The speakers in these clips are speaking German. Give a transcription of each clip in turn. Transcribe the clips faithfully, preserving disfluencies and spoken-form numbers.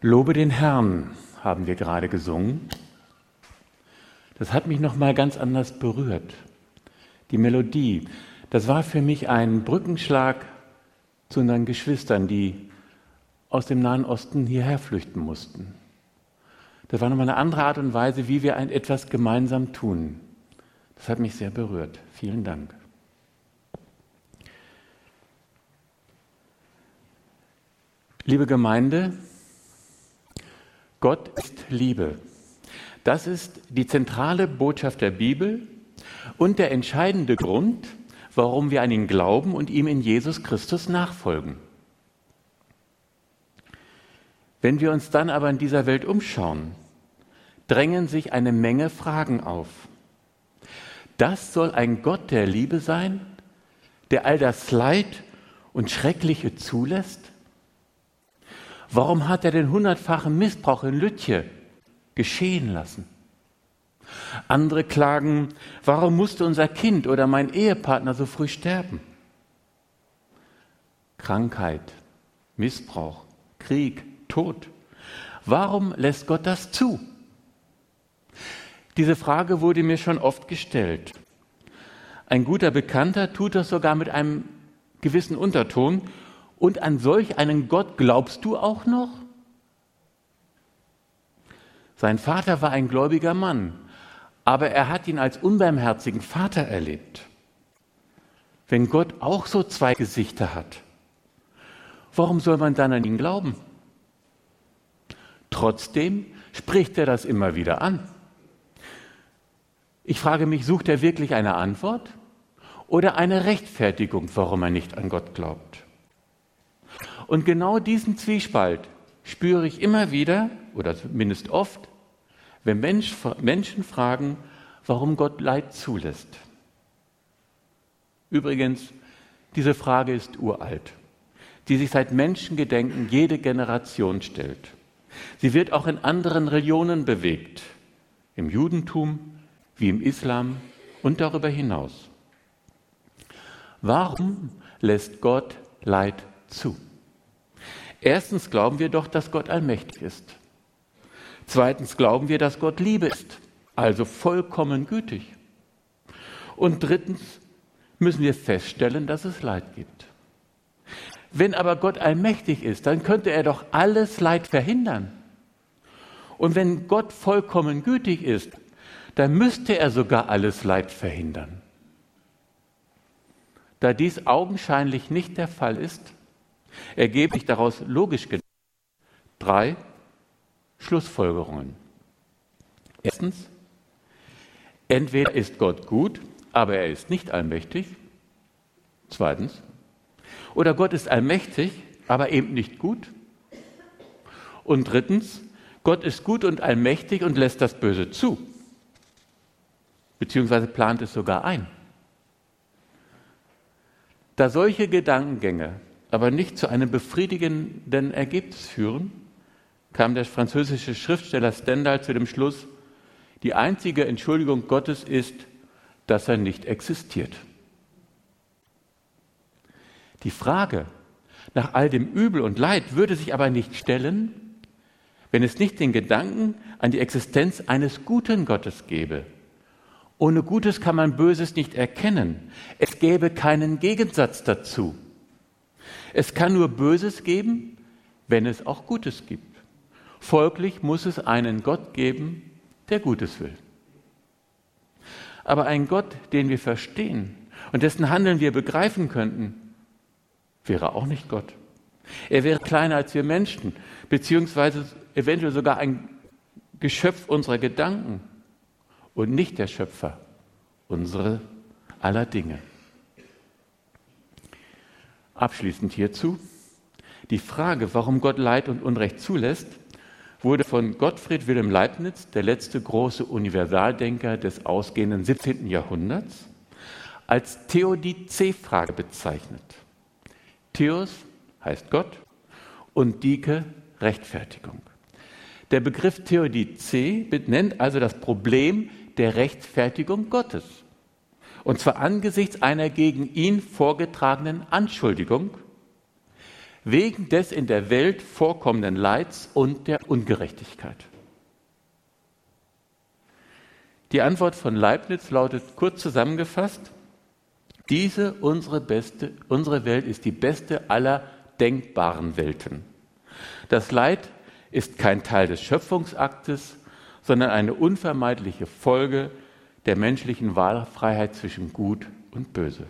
Lobe den Herrn, haben wir gerade gesungen. Das hat mich noch mal ganz anders berührt. Die Melodie, das war für mich ein Brückenschlag zu unseren Geschwistern, die aus dem Nahen Osten hierher flüchten mussten. Das war nochmal eine andere Art und Weise, wie wir ein etwas gemeinsam tun. Das hat mich sehr berührt. Vielen Dank. Liebe Gemeinde, Gott ist Liebe. Das ist die zentrale Botschaft der Bibel und der entscheidende Grund, warum wir an ihn glauben und ihm in Jesus Christus nachfolgen. Wenn wir uns dann aber in dieser Welt umschauen, drängen sich eine Menge Fragen auf. Das soll ein Gott der Liebe sein, der all das Leid und Schreckliche zulässt? Warum hat er den hundertfachen Missbrauch in Lütje geschehen lassen? Andere klagen, warum musste unser Kind oder mein Ehepartner so früh sterben? Krankheit, Missbrauch, Krieg, Tod. Warum lässt Gott das zu? Diese Frage wurde mir schon oft gestellt. Ein guter Bekannter tut das sogar mit einem gewissen Unterton. Und an solch einen Gott glaubst du auch noch? Sein Vater war ein gläubiger Mann, aber er hat ihn als unbarmherzigen Vater erlebt. Wenn Gott auch so zwei Gesichter hat, warum soll man dann an ihn glauben? Trotzdem spricht er das immer wieder an. Ich frage mich, sucht er wirklich eine Antwort oder eine Rechtfertigung, warum er nicht an Gott glaubt? Und genau diesen Zwiespalt spüre ich immer wieder, oder zumindest oft, wenn Mensch, Menschen fragen, warum Gott Leid zulässt. Übrigens, diese Frage ist uralt, die sich seit Menschengedenken jede Generation stellt. Sie wird auch in anderen Religionen bewegt, im Judentum wie im Islam und darüber hinaus. Warum lässt Gott Leid zu? Erstens glauben wir doch, dass Gott allmächtig ist. Zweitens glauben wir, dass Gott Liebe ist, also vollkommen gütig. Und drittens müssen wir feststellen, dass es Leid gibt. Wenn aber Gott allmächtig ist, dann könnte er doch alles Leid verhindern. Und wenn Gott vollkommen gütig ist, dann müsste er sogar alles Leid verhindern. Da dies augenscheinlich nicht der Fall ist, ergeben sich daraus logisch gedacht drei Schlussfolgerungen. Erstens, entweder ist Gott gut, aber er ist nicht allmächtig. Zweitens, oder Gott ist allmächtig, aber eben nicht gut. Und drittens, Gott ist gut und allmächtig und lässt das Böse zu, beziehungsweise plant es sogar ein. Da solche Gedankengänge aber nicht zu einem befriedigenden Ergebnis führen, kam der französische Schriftsteller Stendhal zu dem Schluss, die einzige Entschuldigung Gottes ist, dass er nicht existiert. Die Frage nach all dem Übel und Leid würde sich aber nicht stellen, wenn es nicht den Gedanken an die Existenz eines guten Gottes gäbe. Ohne Gutes kann man Böses nicht erkennen. Es gäbe keinen Gegensatz dazu. Es kann nur Böses geben, wenn es auch Gutes gibt. Folglich muss es einen Gott geben, der Gutes will. Aber ein Gott, den wir verstehen und dessen Handeln wir begreifen könnten, wäre auch nicht Gott. Er wäre kleiner als wir Menschen, beziehungsweise eventuell sogar ein Geschöpf unserer Gedanken und nicht der Schöpfer unserer aller Dinge. Abschließend hierzu, die Frage, warum Gott Leid und Unrecht zulässt, wurde von Gottfried Wilhelm Leibniz, der letzte große Universaldenker des ausgehenden siebzehnten Jahrhunderts, als Theodizee-Frage bezeichnet. Theos heißt Gott und Dike Rechtfertigung. Der Begriff Theodizee benennt also das Problem der Rechtfertigung Gottes. Und zwar angesichts einer gegen ihn vorgetragenen Anschuldigung, wegen des in der Welt vorkommenden Leids und der Ungerechtigkeit. Die Antwort von Leibniz lautet kurz zusammengefasst: Diese, unsere, beste, unsere Welt ist die beste aller denkbaren Welten. Das Leid ist kein Teil des Schöpfungsaktes, sondern eine unvermeidliche Folge der menschlichen Wahlfreiheit zwischen Gut und Böse.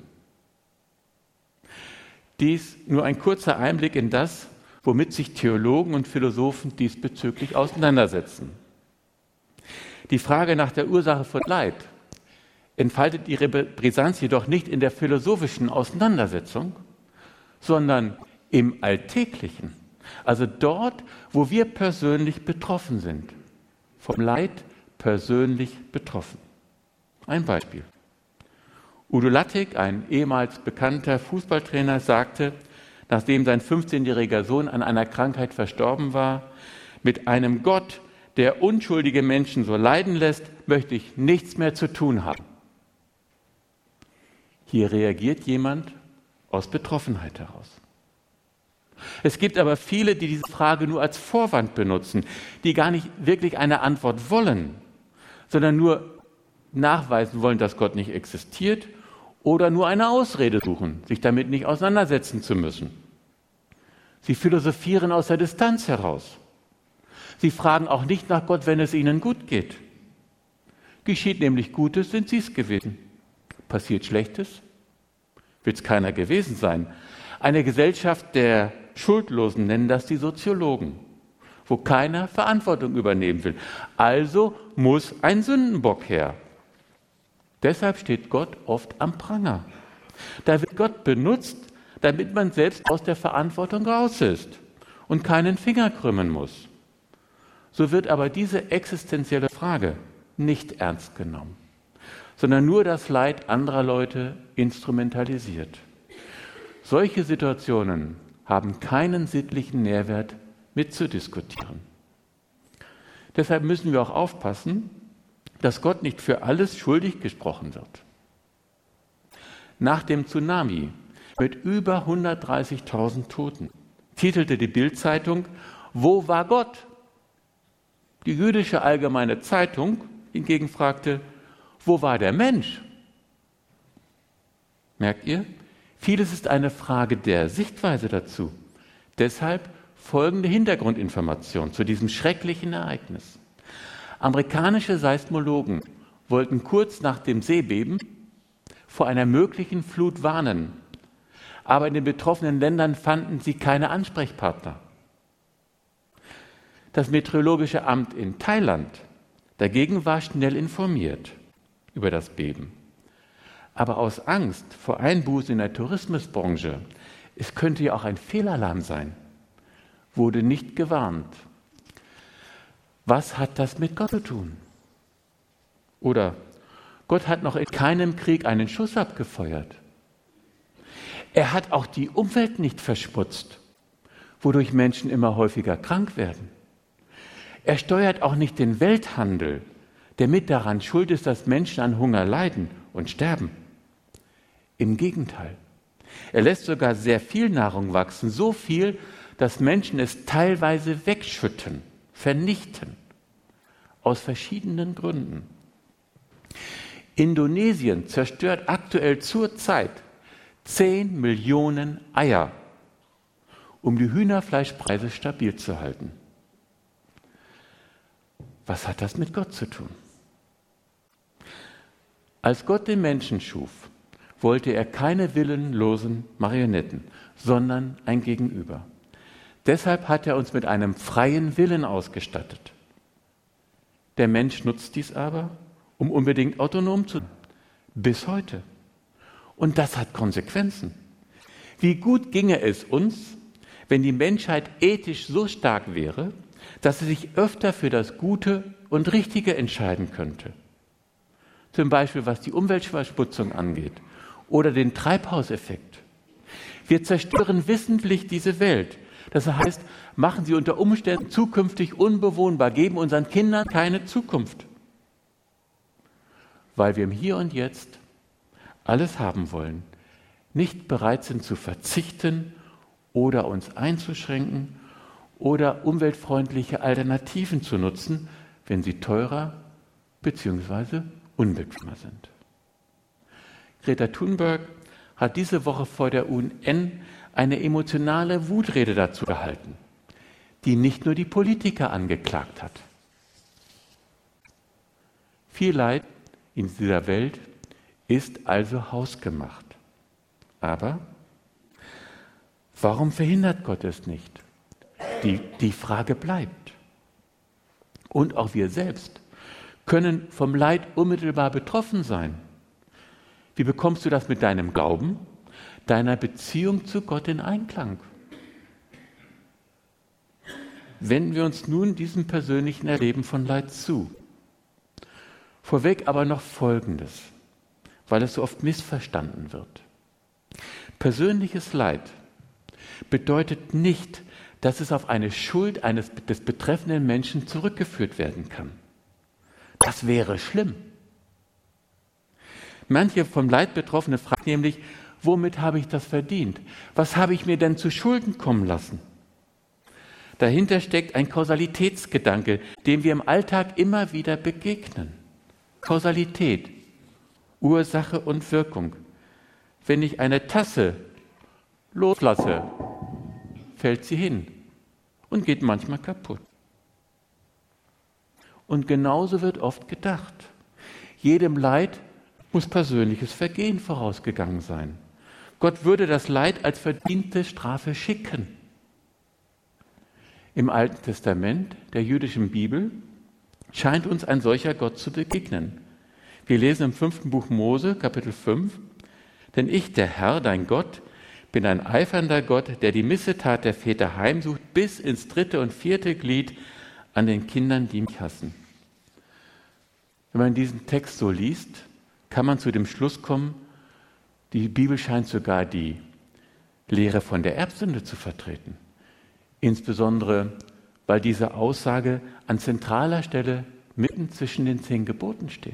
Dies nur ein kurzer Einblick in das, womit sich Theologen und Philosophen diesbezüglich auseinandersetzen. Die Frage nach der Ursache von Leid entfaltet ihre Brisanz jedoch nicht in der philosophischen Auseinandersetzung, sondern im Alltäglichen, also dort, wo wir persönlich betroffen sind, vom Leid persönlich betroffen. Ein Beispiel. Udo Lattek, ein ehemals bekannter Fußballtrainer, sagte, nachdem sein fünfzehnjähriger Sohn an einer Krankheit verstorben war: Mit einem Gott, der unschuldige Menschen so leiden lässt, möchte ich nichts mehr zu tun haben. Hier reagiert jemand aus Betroffenheit heraus. Es gibt aber viele, die diese Frage nur als Vorwand benutzen, die gar nicht wirklich eine Antwort wollen, sondern nur nachweisen wollen, dass Gott nicht existiert, oder nur eine Ausrede suchen, sich damit nicht auseinandersetzen zu müssen. Sie philosophieren aus der Distanz heraus. Sie fragen auch nicht nach Gott, wenn es ihnen gut geht. Geschieht nämlich Gutes, sind sie es gewesen. Passiert Schlechtes, wird es keiner gewesen sein. Eine Gesellschaft der Schuldlosen nennen das die Soziologen, wo keiner Verantwortung übernehmen will. Also muss ein Sündenbock her. Deshalb steht Gott oft am Pranger. Da wird Gott benutzt, damit man selbst aus der Verantwortung raus ist und keinen Finger krümmen muss. So wird aber diese existenzielle Frage nicht ernst genommen, sondern nur das Leid anderer Leute instrumentalisiert. Solche Situationen haben keinen sittlichen Nährwert mitzudiskutieren. Deshalb müssen wir auch aufpassen, dass Gott nicht für alles schuldig gesprochen wird. Nach dem Tsunami mit über hundertdreißigtausend Toten titelte die Bild-Zeitung: Wo war Gott? Die jüdische Allgemeine Zeitung hingegen fragte: Wo war der Mensch? Merkt ihr? Vieles ist eine Frage der Sichtweise dazu. Deshalb folgende Hintergrundinformation zu diesem schrecklichen Ereignis. Amerikanische Seismologen wollten kurz nach dem Seebeben vor einer möglichen Flut warnen, aber in den betroffenen Ländern fanden sie keine Ansprechpartner. Das Meteorologische Amt in Thailand dagegen war schnell informiert über das Beben. Aber aus Angst vor Einbußen in der Tourismusbranche, es könnte ja auch ein Fehlalarm sein, wurde nicht gewarnt. Was hat das mit Gott zu tun? Oder Gott hat noch in keinem Krieg einen Schuss abgefeuert. Er hat auch die Umwelt nicht verschmutzt, wodurch Menschen immer häufiger krank werden. Er steuert auch nicht den Welthandel, der mit daran schuld ist, dass Menschen an Hunger leiden und sterben. Im Gegenteil. Er lässt sogar sehr viel Nahrung wachsen, so viel, dass Menschen es teilweise wegschütten, vernichten, aus verschiedenen Gründen. Indonesien zerstört aktuell zurzeit zehn Millionen Eier, um die Hühnerfleischpreise stabil zu halten. Was hat das mit Gott zu tun? Als Gott den Menschen schuf, wollte er keine willenlosen Marionetten, sondern ein Gegenüber. Deshalb hat er uns mit einem freien Willen ausgestattet. Der Mensch nutzt dies aber, um unbedingt autonom zu sein. Bis heute. Und das hat Konsequenzen. Wie gut ginge es uns, wenn die Menschheit ethisch so stark wäre, dass sie sich öfter für das Gute und Richtige entscheiden könnte. Zum Beispiel was die Umweltverschmutzung angeht oder den Treibhauseffekt. Wir zerstören wissentlich diese Welt. Das heißt, machen sie unter Umständen zukünftig unbewohnbar, geben unseren Kindern keine Zukunft. Weil wir im Hier und Jetzt alles haben wollen, nicht bereit sind zu verzichten oder uns einzuschränken oder umweltfreundliche Alternativen zu nutzen, wenn sie teurer bzw. unbequemer sind. Greta Thunberg hat diese Woche vor der U N eine emotionale Wutrede dazu gehalten, die nicht nur die Politiker angeklagt hat. Viel Leid in dieser Welt ist also hausgemacht. Aber warum verhindert Gott es nicht? Die, die Frage bleibt. Und auch wir selbst können vom Leid unmittelbar betroffen sein. Wie bekommst du das mit deinem Glauben, deiner Beziehung zu Gott in Einklang? Wenden wir uns nun diesem persönlichen Erleben von Leid zu. Vorweg aber noch Folgendes, weil es so oft missverstanden wird. Persönliches Leid bedeutet nicht, dass es auf eine Schuld eines des betreffenden Menschen zurückgeführt werden kann. Das wäre schlimm. Manche vom Leid Betroffene fragen nämlich, womit habe ich das verdient? Was habe ich mir denn zu Schulden kommen lassen? Dahinter steckt ein Kausalitätsgedanke, dem wir im Alltag immer wieder begegnen. Kausalität, Ursache und Wirkung. Wenn ich eine Tasse loslasse, fällt sie hin und geht manchmal kaputt. Und genauso wird oft gedacht. Jedem Leid muss persönliches Vergehen vorausgegangen sein. Gott würde das Leid als verdiente Strafe schicken. Im Alten Testament der jüdischen Bibel scheint uns ein solcher Gott zu begegnen. Wir lesen im fünften Buch Mose, Kapitel fünf, denn ich, der Herr, dein Gott, bin ein eifernder Gott, der die Missetat der Väter heimsucht bis ins dritte und vierte Glied an den Kindern, die mich hassen. Wenn man diesen Text so liest, kann man zu dem Schluss kommen, die Bibel scheint sogar die Lehre von der Erbsünde zu vertreten. Insbesondere, weil diese Aussage an zentraler Stelle mitten zwischen den zehn Geboten steht.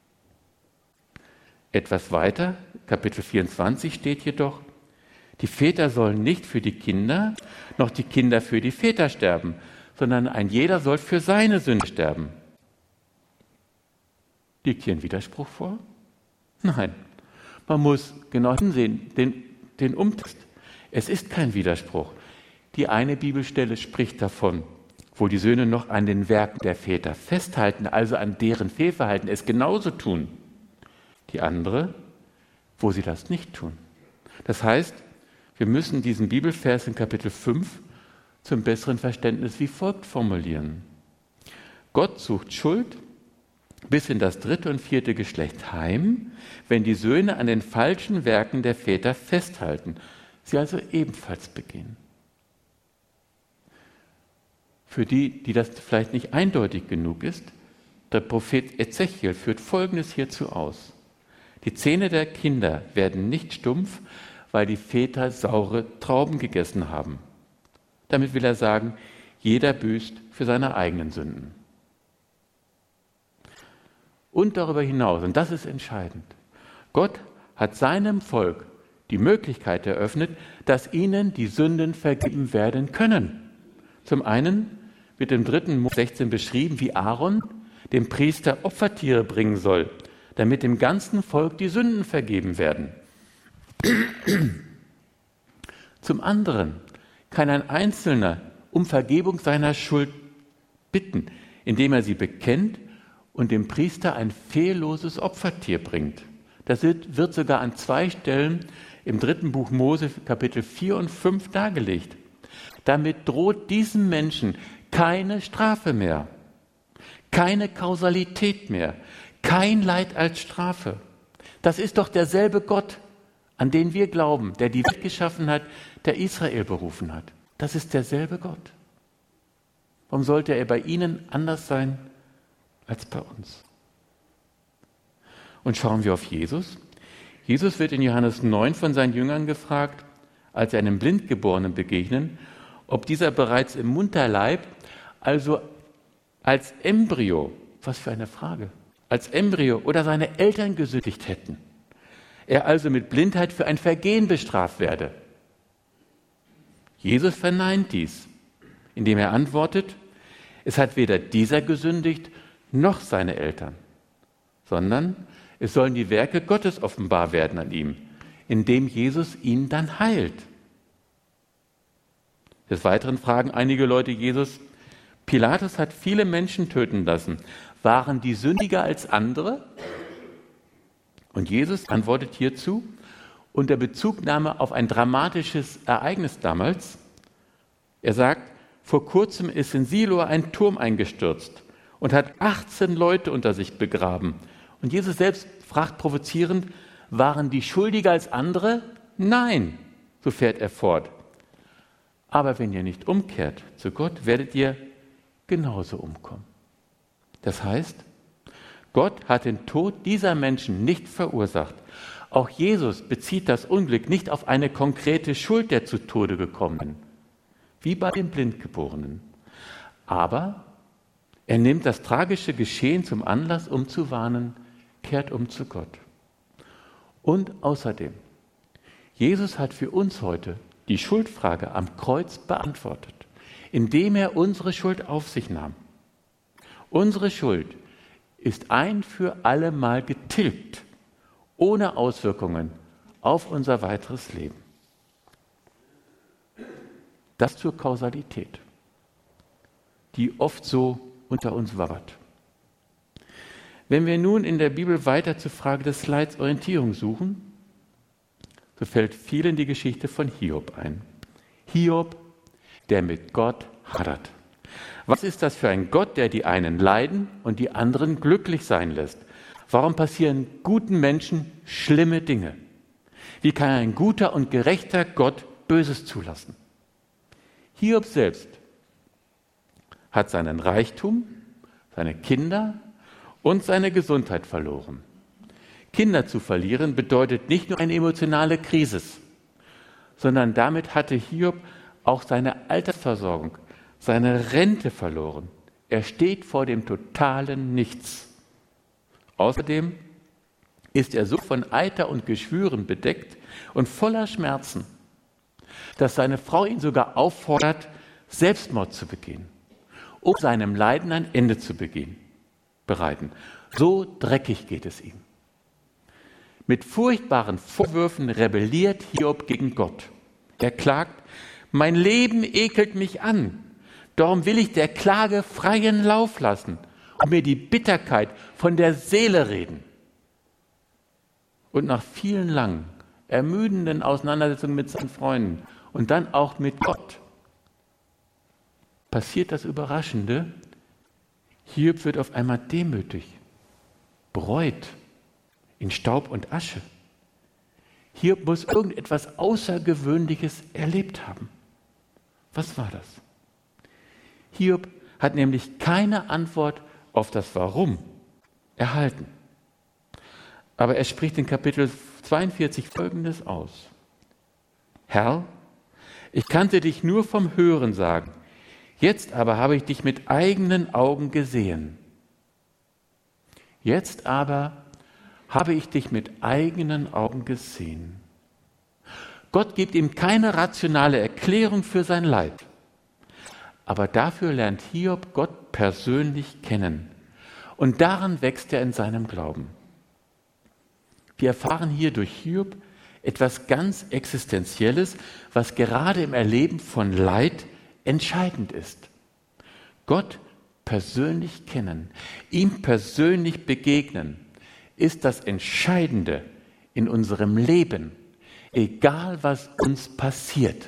Etwas weiter, Kapitel vierundzwanzig steht jedoch, die Väter sollen nicht für die Kinder, noch die Kinder für die Väter sterben, sondern ein jeder soll für seine Sünde sterben. Liegt hier ein Widerspruch vor? Nein, man muss genau hinsehen, den, den Umtext. Es ist kein Widerspruch. Die eine Bibelstelle spricht davon, wo die Söhne noch an den Werken der Väter festhalten, also an deren Fehlverhalten, es genauso tun. Die andere, wo sie das nicht tun. Das heißt, wir müssen diesen Bibelvers in Kapitel fünf zum besseren Verständnis wie folgt formulieren. Gott sucht Schuld bis in das dritte und vierte Geschlecht heim, wenn die Söhne an den falschen Werken der Väter festhalten, sie also ebenfalls begehen. Für die, die das vielleicht nicht eindeutig genug ist, der Prophet Ezechiel führt Folgendes hierzu aus. Die Zähne der Kinder werden nicht stumpf, weil die Väter saure Trauben gegessen haben. Damit will er sagen, jeder büßt für seine eigenen Sünden. Und darüber hinaus, und das ist entscheidend, Gott hat seinem Volk die Möglichkeit eröffnet, dass ihnen die Sünden vergeben werden können. Zum einen wird im dritten Mose sechzehn beschrieben, wie Aaron dem Priester Opfertiere bringen soll, damit dem ganzen Volk die Sünden vergeben werden. Zum anderen kann ein Einzelner um Vergebung seiner Schuld bitten, indem er sie bekennt und dem Priester ein fehlloses Opfertier bringt. Das wird sogar an zwei Stellen im dritten Buch Mose, Kapitel vier und fünf dargelegt. Damit droht diesem Menschen keine Strafe mehr, keine Kausalität mehr, kein Leid als Strafe. Das ist doch derselbe Gott, an den wir glauben, der die Welt geschaffen hat, der Israel berufen hat. Das ist derselbe Gott. Warum sollte er bei ihnen anders sein als bei uns? Und schauen wir auf Jesus. Jesus wird in Johannes neun von seinen Jüngern gefragt, als er einem Blindgeborenen begegnen, ob dieser bereits im Mutterleib, also als Embryo, was für eine Frage, als Embryo oder seine Eltern gesündigt hätten, er also mit Blindheit für ein Vergehen bestraft werde. Jesus verneint dies, indem er antwortet, es hat weder dieser gesündigt noch seine Eltern, sondern es sollen die Werke Gottes offenbar werden an ihm, indem Jesus ihn dann heilt. Des Weiteren fragen einige Leute Jesus, Pilatus hat viele Menschen töten lassen. Waren die sündiger als andere? Und Jesus antwortet hierzu unter Bezugnahme auf ein dramatisches Ereignis damals. Er sagt, vor kurzem ist in Siloa ein Turm eingestürzt und hat achtzehn Leute unter sich begraben. Und Jesus selbst fragt provozierend, waren die schuldiger als andere? Nein, so fährt er fort. Aber wenn ihr nicht umkehrt zu Gott, werdet ihr genauso umkommen. Das heißt, Gott hat den Tod dieser Menschen nicht verursacht. Auch Jesus bezieht das Unglück nicht auf eine konkrete Schuld der zu Tode gekommenen, wie bei den Blindgeborenen. Aber er nimmt das tragische Geschehen zum Anlass, um zu warnen, kehrt um zu Gott. Und außerdem, Jesus hat für uns heute die Schuldfrage am Kreuz beantwortet, indem er unsere Schuld auf sich nahm. Unsere Schuld ist ein für alle Mal getilgt, ohne Auswirkungen auf unser weiteres Leben. Das zur Kausalität, die oft so unter uns wabbert. Wenn wir nun in der Bibel weiter zur Frage des Leids Orientierung suchen, so fällt vielen die Geschichte von Hiob ein. Hiob, der mit Gott hadert. Was ist das für ein Gott, der die einen leiden und die anderen glücklich sein lässt? Warum passieren guten Menschen schlimme Dinge? Wie kann ein guter und gerechter Gott Böses zulassen? Hiob selbst hat seinen Reichtum, seine Kinder und seine Gesundheit verloren. Kinder zu verlieren bedeutet nicht nur eine emotionale Krise, sondern damit hatte Hiob auch seine Altersversorgung, seine Rente verloren. Er steht vor dem totalen Nichts. Außerdem ist er so von Eiter und Geschwüren bedeckt und voller Schmerzen, dass seine Frau ihn sogar auffordert, Selbstmord zu begehen, um seinem Leiden ein Ende zu begehen, bereiten. So dreckig geht es ihm. Mit furchtbaren Vorwürfen rebelliert Hiob gegen Gott. Er klagt, mein Leben ekelt mich an. Darum will ich der Klage freien Lauf lassen und mir die Bitterkeit von der Seele reden. Und nach vielen langen, ermüdenden Auseinandersetzungen mit seinen Freunden und dann auch mit Gott passiert das Überraschende. Hiob wird auf einmal demütig, bereut, in Staub und Asche. Hiob muss irgendetwas Außergewöhnliches erlebt haben. Was war das? Hiob hat nämlich keine Antwort auf das Warum erhalten. Aber er spricht in Kapitel zweiundvierzig Folgendes aus. Herr, ich kannte dich nur vom Hören sagen, jetzt aber habe ich dich mit eigenen Augen gesehen. Jetzt aber habe ich dich mit eigenen Augen gesehen. Gott gibt ihm keine rationale Erklärung für sein Leid. Aber dafür lernt Hiob Gott persönlich kennen. Und daran wächst er in seinem Glauben. Wir erfahren hier durch Hiob etwas ganz Existenzielles, was gerade im Erleben von Leid entscheidend ist. Gott persönlich kennen, ihm persönlich begegnen, ist das Entscheidende in unserem Leben, egal was uns passiert.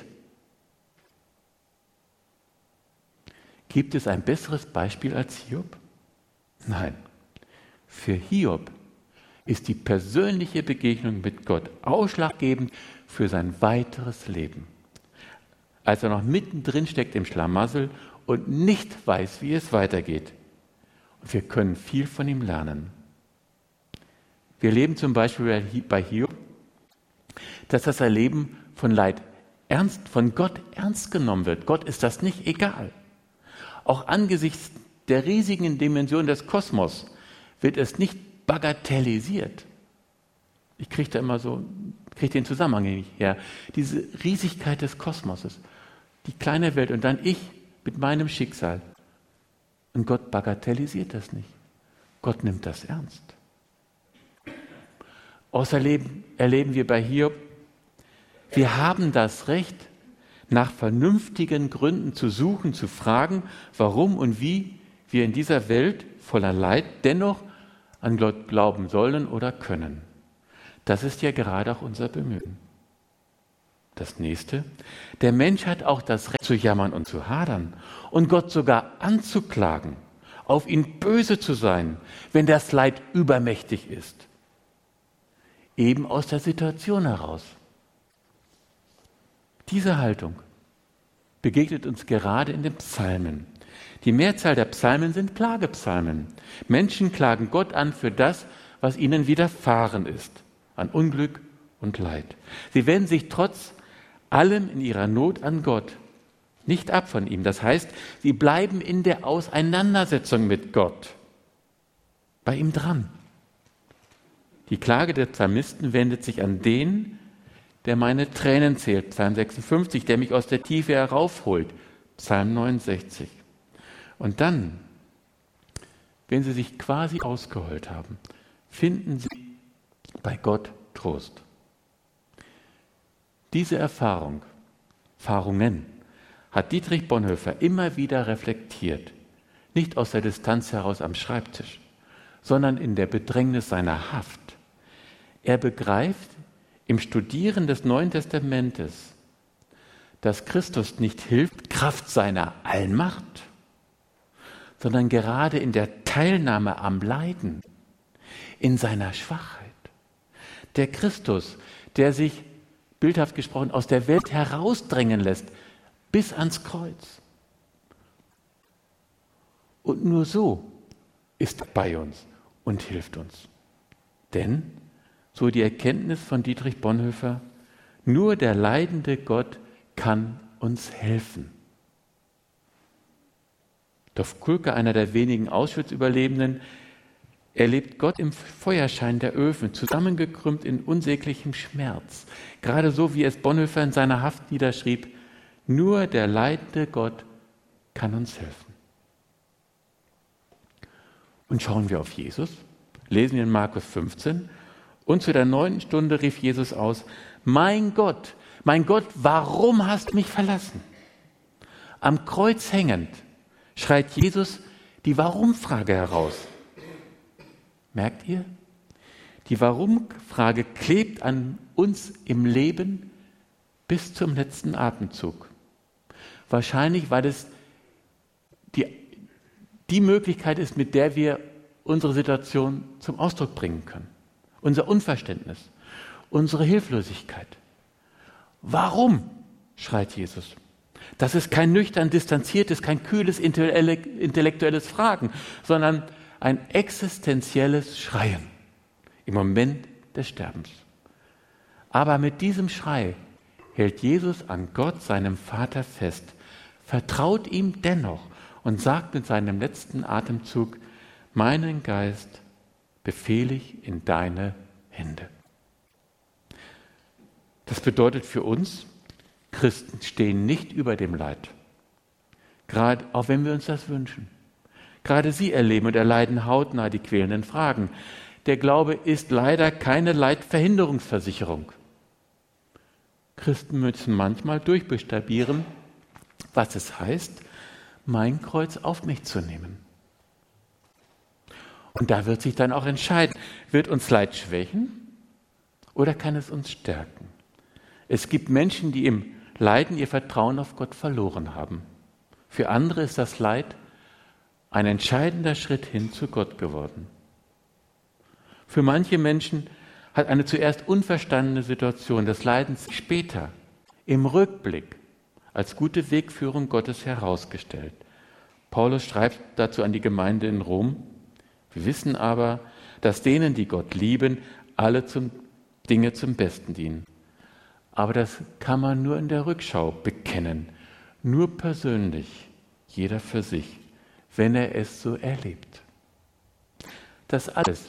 Gibt es ein besseres Beispiel als Hiob? Nein. Für Hiob ist die persönliche Begegnung mit Gott ausschlaggebend für sein weiteres Leben. Als er noch mittendrin steckt im Schlamassel und nicht weiß, wie es weitergeht. Und wir können viel von ihm lernen. Wir leben zum Beispiel bei Hiob, dass das Erleben von Leid ernst, von Gott ernst genommen wird. Gott ist das nicht egal. Auch angesichts der riesigen Dimension des Kosmos wird es nicht bagatellisiert. Ich kriege da immer so, kriege den Zusammenhang nicht her. Diese Riesigkeit des Kosmoses. die kleine Welt und dann ich mit meinem Schicksal. Und Gott bagatellisiert das nicht. Gott nimmt das ernst. Außerdem erleben wir bei Hiob, wir haben das Recht, nach vernünftigen Gründen zu suchen, zu fragen, warum und wie wir in dieser Welt voller Leid dennoch an Gott glauben sollen oder können. Das ist ja gerade auch unser Bemühen. Das nächste, der Mensch hat auch das Recht zu jammern und zu hadern und Gott sogar anzuklagen, auf ihn böse zu sein, wenn das Leid übermächtig ist. Eben aus der Situation heraus. Diese Haltung begegnet uns gerade in den Psalmen. Die Mehrzahl der Psalmen sind Klagepsalmen. Menschen klagen Gott an für das, was ihnen widerfahren ist, an Unglück und Leid. Sie wenden sich trotz allem in ihrer Not an Gott, nicht ab von ihm. Das heißt, sie bleiben in der Auseinandersetzung mit Gott, bei ihm dran. Die Klage der Psalmisten wendet sich an den, der meine Tränen zählt, Psalm sechsundfünfzig, der mich aus der Tiefe heraufholt, Psalm neunundsechzig. Und dann, wenn sie sich quasi ausgeheult haben, finden sie bei Gott Trost. Diese Erfahrung, Erfahrungen, hat Dietrich Bonhoeffer immer wieder reflektiert, nicht aus der Distanz heraus am Schreibtisch, sondern in der Bedrängnis seiner Haft. Er begreift im Studieren des Neuen Testamentes, dass Christus nicht hilft, Kraft seiner Allmacht, sondern gerade in der Teilnahme am Leiden, in seiner Schwachheit. Der Christus, der sich, bildhaft gesprochen, aus der Welt herausdrängen lässt, bis ans Kreuz. Und nur so ist er bei uns und hilft uns. Denn, so die Erkenntnis von Dietrich Bonhoeffer, nur der leidende Gott kann uns helfen. Doch Kulke, einer der wenigen Auschwitz-Überlebenden, erlebt Gott im Feuerschein der Öfen, zusammengekrümmt in unsäglichem Schmerz. Gerade so, wie es Bonhoeffer in seiner Haft niederschrieb, nur der leidende Gott kann uns helfen. Und schauen wir auf Jesus, lesen wir in Markus fünfzehn, und zu der neunten Stunde rief Jesus aus, mein Gott, mein Gott, warum hast du mich verlassen? Am Kreuz hängend schreit Jesus die Warum-Frage heraus. Merkt ihr? Die Warum-Frage klebt an uns im Leben bis zum letzten Atemzug. Wahrscheinlich, weil es die, die Möglichkeit ist, mit der wir unsere Situation zum Ausdruck bringen können. Unser Unverständnis, unsere Hilflosigkeit. Warum? Schreit Jesus. Das ist kein nüchtern distanziertes, kein kühles intellektuelles Fragen, sondern ein existenzielles Schreien im Moment des Sterbens. Aber mit diesem Schrei hält Jesus an Gott, seinem Vater, fest, vertraut ihm dennoch und sagt mit seinem letzten Atemzug, meinen Geist befehle ich in deine Hände. Das bedeutet für uns, Christen stehen nicht über dem Leid, gerade auch wenn wir uns das wünschen. Gerade sie erleben und erleiden hautnah die quälenden Fragen. Der Glaube ist leider keine Leidverhinderungsversicherung. Christen müssen manchmal durchbuchstabieren, was es heißt, mein Kreuz auf mich zu nehmen. Und da wird sich dann auch entscheiden, wird uns Leid schwächen oder kann es uns stärken? Es gibt Menschen, die im Leiden ihr Vertrauen auf Gott verloren haben. Für andere ist das Leid ein entscheidender Schritt hin zu Gott geworden. Für manche Menschen hat eine zuerst unverstandene Situation des Leidens später im Rückblick als gute Wegführung Gottes herausgestellt. Paulus schreibt dazu an die Gemeinde in Rom, wir wissen aber, dass denen, die Gott lieben, alle zum, Dinge zum Besten dienen. Aber das kann man nur in der Rückschau bekennen, nur persönlich, jeder für sich, wenn er es so erlebt. Das alles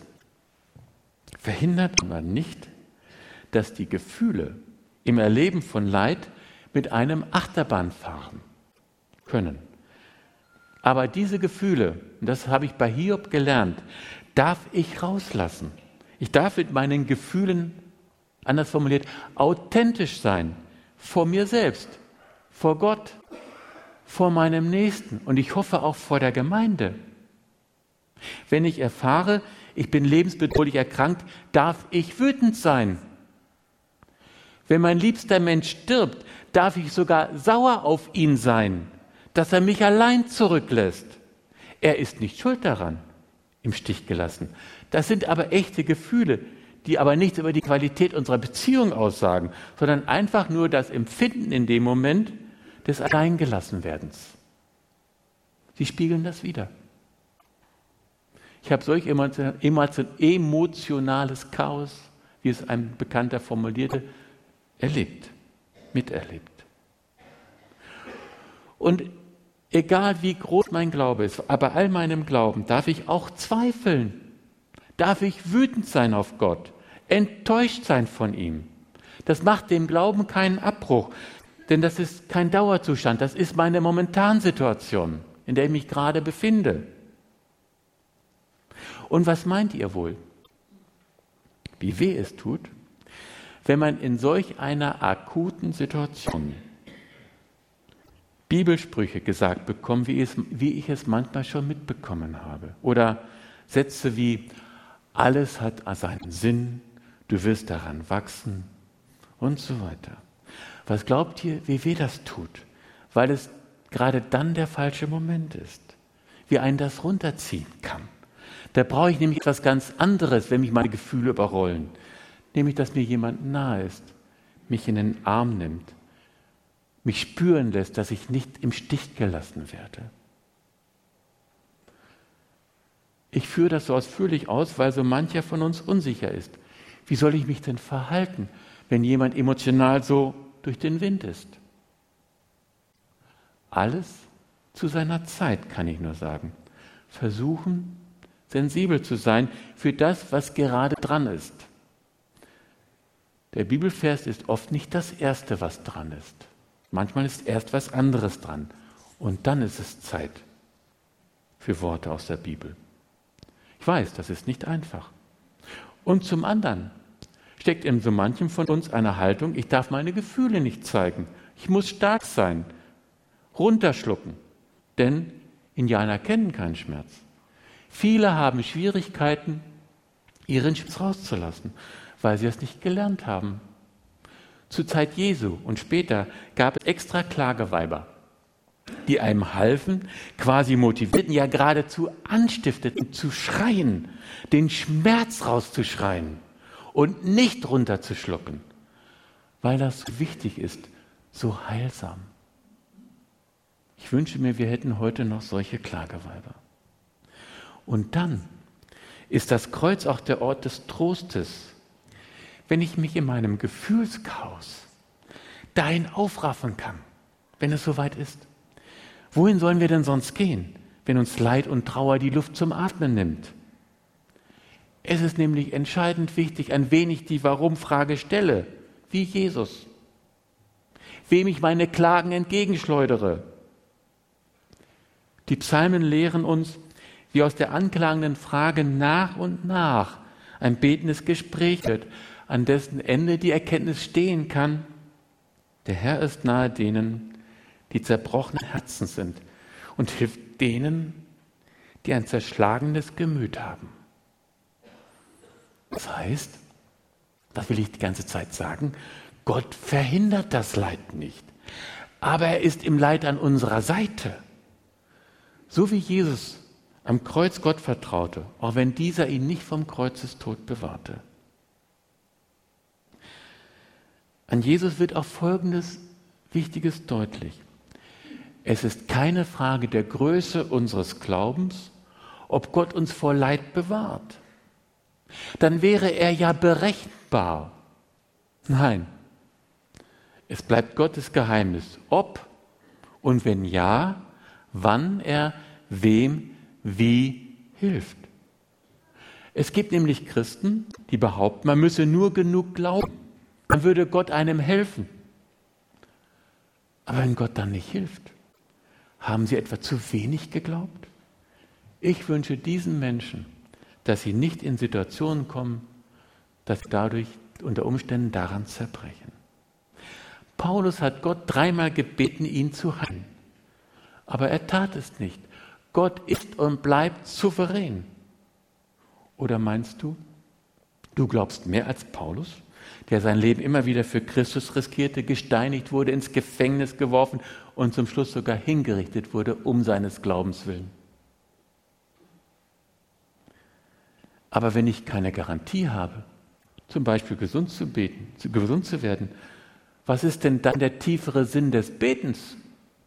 verhindert man nicht, dass die Gefühle im Erleben von Leid mit einem Achterbahn fahren können. Aber diese Gefühle, und das habe ich bei Hiob gelernt, darf ich rauslassen. Ich darf mit meinen Gefühlen, anders formuliert, authentisch sein. Vor mir selbst, vor Gott, vor meinem Nächsten und ich hoffe auch vor der Gemeinde. Wenn ich erfahre, ich bin lebensbedrohlich erkrankt, darf ich wütend sein. Wenn mein liebster Mensch stirbt, darf ich sogar sauer auf ihn sein, dass er mich allein zurücklässt. Er ist nicht schuld daran, im Stich gelassen. Das sind aber echte Gefühle, die aber nichts über die Qualität unserer Beziehung aussagen, sondern einfach nur das Empfinden in dem Moment des Alleingelassenwerdens. Sie spiegeln das wider. Ich habe solch emotionales Chaos, wie es ein Bekannter formulierte, erlebt, miterlebt. Und egal wie groß mein Glaube ist, aber all meinem Glauben darf ich auch zweifeln, darf ich wütend sein auf Gott, enttäuscht sein von ihm. Das macht dem Glauben keinen Abbruch, denn das ist kein Dauerzustand, das ist meine Momentansituation, in der ich mich gerade befinde. Und was meint ihr wohl? Wie weh es tut, wenn man in solch einer akuten Situation Bibelsprüche gesagt bekommt, wie, es, wie ich es manchmal schon mitbekommen habe. Oder Sätze wie, alles hat seinen Sinn, du wirst daran wachsen und so weiter. Was glaubt ihr, wie weh das tut? Weil es gerade dann der falsche Moment ist. Wie einen das runterziehen kann. Da brauche ich nämlich etwas ganz anderes, wenn mich meine Gefühle überrollen. Nämlich, dass mir jemand nahe ist, mich in den Arm nimmt, mich spüren lässt, dass ich nicht im Stich gelassen werde. Ich führe das so ausführlich aus, weil so mancher von uns unsicher ist. Wie soll ich mich denn verhalten, wenn jemand emotional so durch den Wind ist? Alles zu seiner Zeit, kann ich nur sagen. Versuchen, sensibel zu sein für das, was gerade dran ist. Der Bibelvers ist oft nicht das Erste, was dran ist. Manchmal ist erst was anderes dran. Und dann ist es Zeit für Worte aus der Bibel. Ich weiß, das ist nicht einfach. Und zum anderen steckt in so manchem von uns eine Haltung, ich darf meine Gefühle nicht zeigen. Ich muss stark sein, runterschlucken. Denn Indianer kennen keinen Schmerz. Viele haben Schwierigkeiten, ihren Schmerz rauszulassen, weil sie es nicht gelernt haben. Zur Zeit Jesu und später gab es extra Klageweiber, die einem halfen, quasi motivierten, ja geradezu anstifteten, zu schreien, den Schmerz rauszuschreien und nicht runterzuschlucken, weil das so wichtig ist, so heilsam. Ich wünsche mir, wir hätten heute noch solche Klageweiber. Und dann ist das Kreuz auch der Ort des Trostes, wenn ich mich in meinem Gefühlschaos dahin aufraffen kann, wenn es soweit ist. Wohin sollen wir denn sonst gehen, wenn uns Leid und Trauer die Luft zum Atmen nimmt? Es ist nämlich entscheidend wichtig, an wen ich die Warum-Frage stelle, wie Jesus. Wem ich meine Klagen entgegenschleudere. Die Psalmen lehren uns, wie aus der anklagenden Frage nach und nach ein betendes Gespräch wird, an dessen Ende die Erkenntnis stehen kann, der Herr ist nahe denen, die zerbrochenen Herzen sind und hilft denen, die ein zerschlagenes Gemüt haben. Das heißt, das will ich die ganze Zeit sagen, Gott verhindert das Leid nicht, aber er ist im Leid an unserer Seite. So wie Jesus am Kreuz Gott vertraute, auch wenn dieser ihn nicht vom Kreuzestod bewahrte. An Jesus wird auch Folgendes Wichtiges deutlich. Es ist keine Frage der Größe unseres Glaubens, ob Gott uns vor Leid bewahrt. Dann wäre er ja berechenbar. Nein, es bleibt Gottes Geheimnis, ob und wenn ja, wann er wem wie hilft. Es gibt nämlich Christen, die behaupten, man müsse nur genug glauben, dann würde Gott einem helfen. Aber wenn Gott dann nicht hilft, haben sie etwa zu wenig geglaubt? Ich wünsche diesen Menschen, dass sie nicht in Situationen kommen, dass sie dadurch unter Umständen daran zerbrechen. Paulus hat Gott dreimal gebeten, ihn zu heilen. Aber er tat es nicht. Gott ist und bleibt souverän. Oder meinst du, du glaubst mehr als Paulus, der sein Leben immer wieder für Christus riskierte, gesteinigt wurde, ins Gefängnis geworfen und zum Schluss sogar hingerichtet wurde, um seines Glaubens willen? Aber wenn ich keine Garantie habe, zum Beispiel gesund zu beten, gesund zu werden, was ist denn dann der tiefere Sinn des Betens?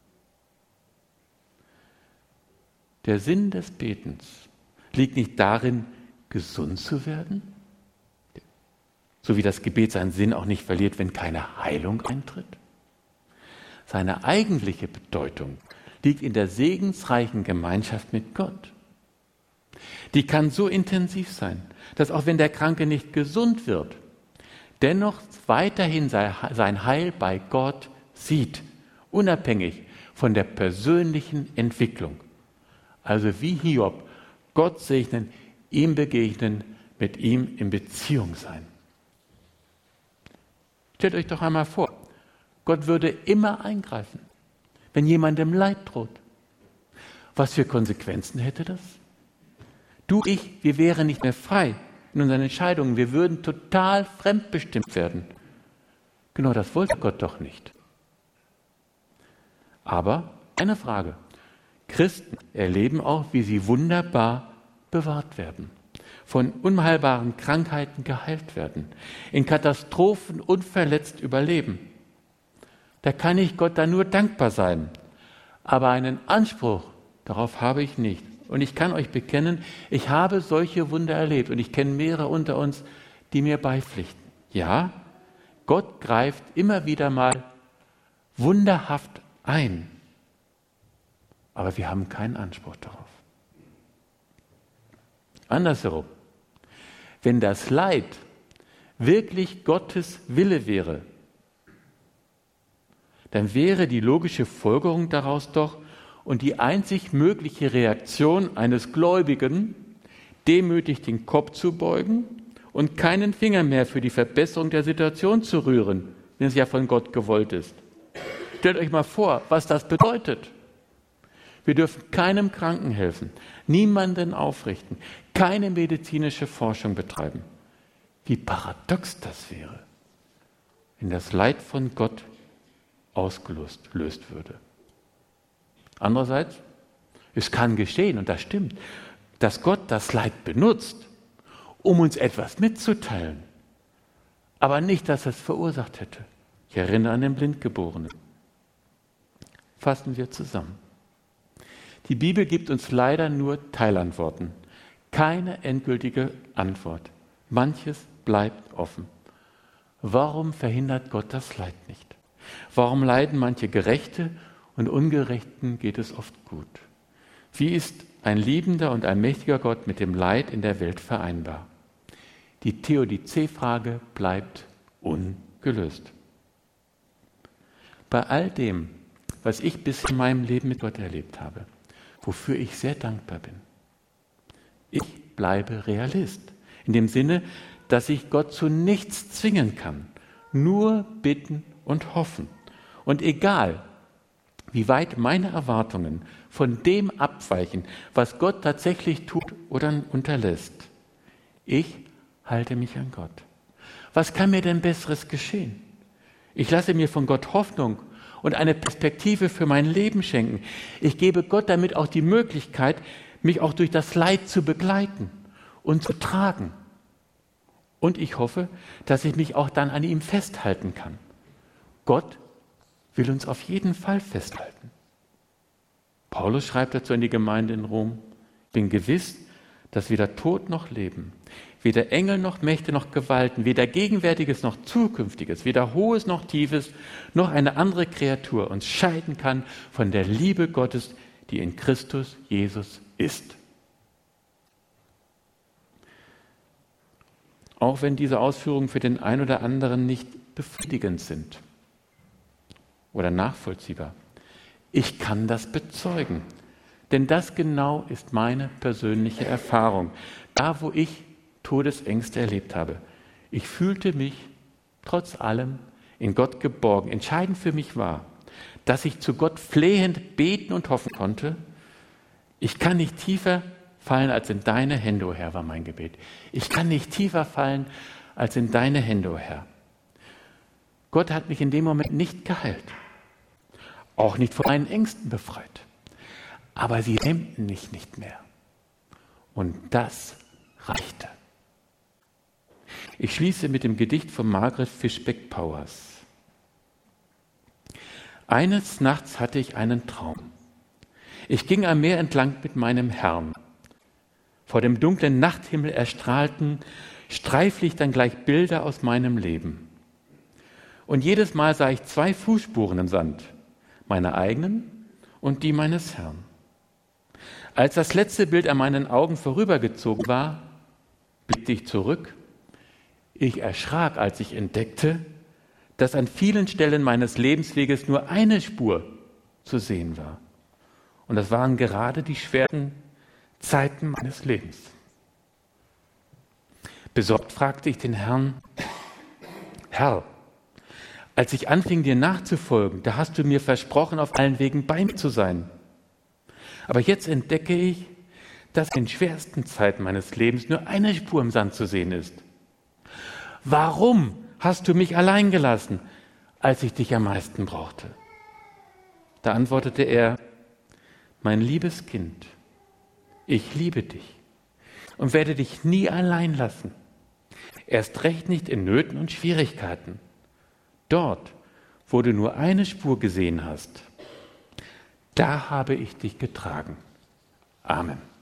Der Sinn des Betens liegt nicht darin, gesund zu werden, so wie das Gebet seinen Sinn auch nicht verliert, wenn keine Heilung eintritt. Seine eigentliche Bedeutung liegt in der segensreichen Gemeinschaft mit Gott. Die kann so intensiv sein, dass auch wenn der Kranke nicht gesund wird, dennoch weiterhin sein Heil bei Gott sieht, unabhängig von der persönlichen Entwicklung. Also wie Hiob, Gott segnen, ihm begegnen, mit ihm in Beziehung sein. Stellt euch doch einmal vor, Gott würde immer eingreifen, wenn jemandem Leid droht. Was für Konsequenzen hätte das? Du, ich, wir wären nicht mehr frei in unseren Entscheidungen. Wir würden total fremdbestimmt werden. Genau das wollte Gott doch nicht. Aber eine Frage. Christen erleben auch, wie sie wunderbar bewahrt werden, von unheilbaren Krankheiten geheilt werden, in Katastrophen unverletzt überleben. Da kann ich Gott dann nur dankbar sein. Aber einen Anspruch darauf habe ich nicht. Und ich kann euch bekennen, ich habe solche Wunder erlebt und ich kenne mehrere unter uns, die mir beipflichten. Ja, Gott greift immer wieder mal wunderhaft ein. Aber wir haben keinen Anspruch darauf. Andersherum, wenn das Leid wirklich Gottes Wille wäre, dann wäre die logische Folgerung daraus doch und die einzig mögliche Reaktion eines Gläubigen, demütig den Kopf zu beugen und keinen Finger mehr für die Verbesserung der Situation zu rühren, wenn es ja von Gott gewollt ist. Stellt euch mal vor, was das bedeutet. Wir dürfen keinem Kranken helfen, niemanden aufrichten, keine medizinische Forschung betreiben. Wie paradox das wäre, wenn das Leid von Gott ausgelöst löst würde. Andererseits, es kann geschehen, und das stimmt, dass Gott das Leid benutzt, um uns etwas mitzuteilen, aber nicht, dass er es verursacht hätte. Ich erinnere an den Blindgeborenen. Fassen wir zusammen. Die Bibel gibt uns leider nur Teilantworten, keine endgültige Antwort. Manches bleibt offen. Warum verhindert Gott das Leid nicht? Warum leiden manche Gerechte und Ungerechten geht es oft gut? Wie ist ein liebender und allmächtiger Gott mit dem Leid in der Welt vereinbar? Die Theodizee-Frage bleibt ungelöst. Bei all dem, was ich bis in meinem Leben mit Gott erlebt habe, wofür ich sehr dankbar bin, ich bleibe Realist. In dem Sinne, dass ich Gott zu nichts zwingen kann, nur bitten und hoffen. Und egal, wie weit meine Erwartungen von dem abweichen, was Gott tatsächlich tut oder unterlässt, ich halte mich an Gott. Was kann mir denn Besseres geschehen? Ich lasse mir von Gott Hoffnung und eine Perspektive für mein Leben schenken. Ich gebe Gott damit auch die Möglichkeit, mich auch durch das Leid zu begleiten und zu tragen. Und ich hoffe, dass ich mich auch dann an ihm festhalten kann. Gott will uns auf jeden Fall festhalten. Paulus schreibt dazu an die Gemeinde in Rom: Ich bin gewiss, dass weder Tod noch Leben, weder Engel noch Mächte noch Gewalten, weder Gegenwärtiges noch Zukünftiges, weder Hohes noch Tiefes, noch eine andere Kreatur uns scheiden kann von der Liebe Gottes, die in Christus Jesus ist. Auch wenn diese Ausführungen für den einen oder anderen nicht befriedigend sind. oder nachvollziehbar. Ich kann das bezeugen, denn das genau ist meine persönliche Erfahrung. Da, wo ich Todesängste erlebt habe. Ich fühlte mich trotz allem in Gott geborgen. Entscheidend für mich war, dass ich zu Gott flehend beten und hoffen konnte. Ich kann nicht tiefer fallen als in deine Hände, o Herr, war mein Gebet. Ich kann nicht tiefer fallen als in deine Hände, o Herr. Gott hat mich in dem Moment nicht geheilt, auch nicht von meinen Ängsten befreit, aber sie lähmten mich nicht mehr. Und das reichte. Ich schließe mit dem Gedicht von Margaret Fishback-Powers. Eines Nachts hatte ich einen Traum. Ich ging am Meer entlang mit meinem Herrn. Vor dem dunklen Nachthimmel erstrahlten Streiflichtern gleich Bilder aus meinem Leben. Und jedes Mal sah ich zwei Fußspuren im Sand, meine eigenen und die meines Herrn. Als das letzte Bild an meinen Augen vorübergezogen war, blickte ich zurück. Ich erschrak, als ich entdeckte, dass an vielen Stellen meines Lebensweges nur eine Spur zu sehen war. Und das waren gerade die schweren Zeiten meines Lebens. Besorgt fragte ich den Herrn: Herr, als ich anfing, dir nachzufolgen, da hast du mir versprochen, auf allen Wegen bei mir zu sein. Aber jetzt entdecke ich, dass in den schwersten Zeiten meines Lebens nur eine Spur im Sand zu sehen ist. Warum hast du mich allein gelassen, als ich dich am meisten brauchte? Da antwortete er: Mein liebes Kind, ich liebe dich und werde dich nie allein lassen. Erst recht nicht in Nöten und Schwierigkeiten. Dort, wo du nur eine Spur gesehen hast, da habe ich dich getragen. Amen.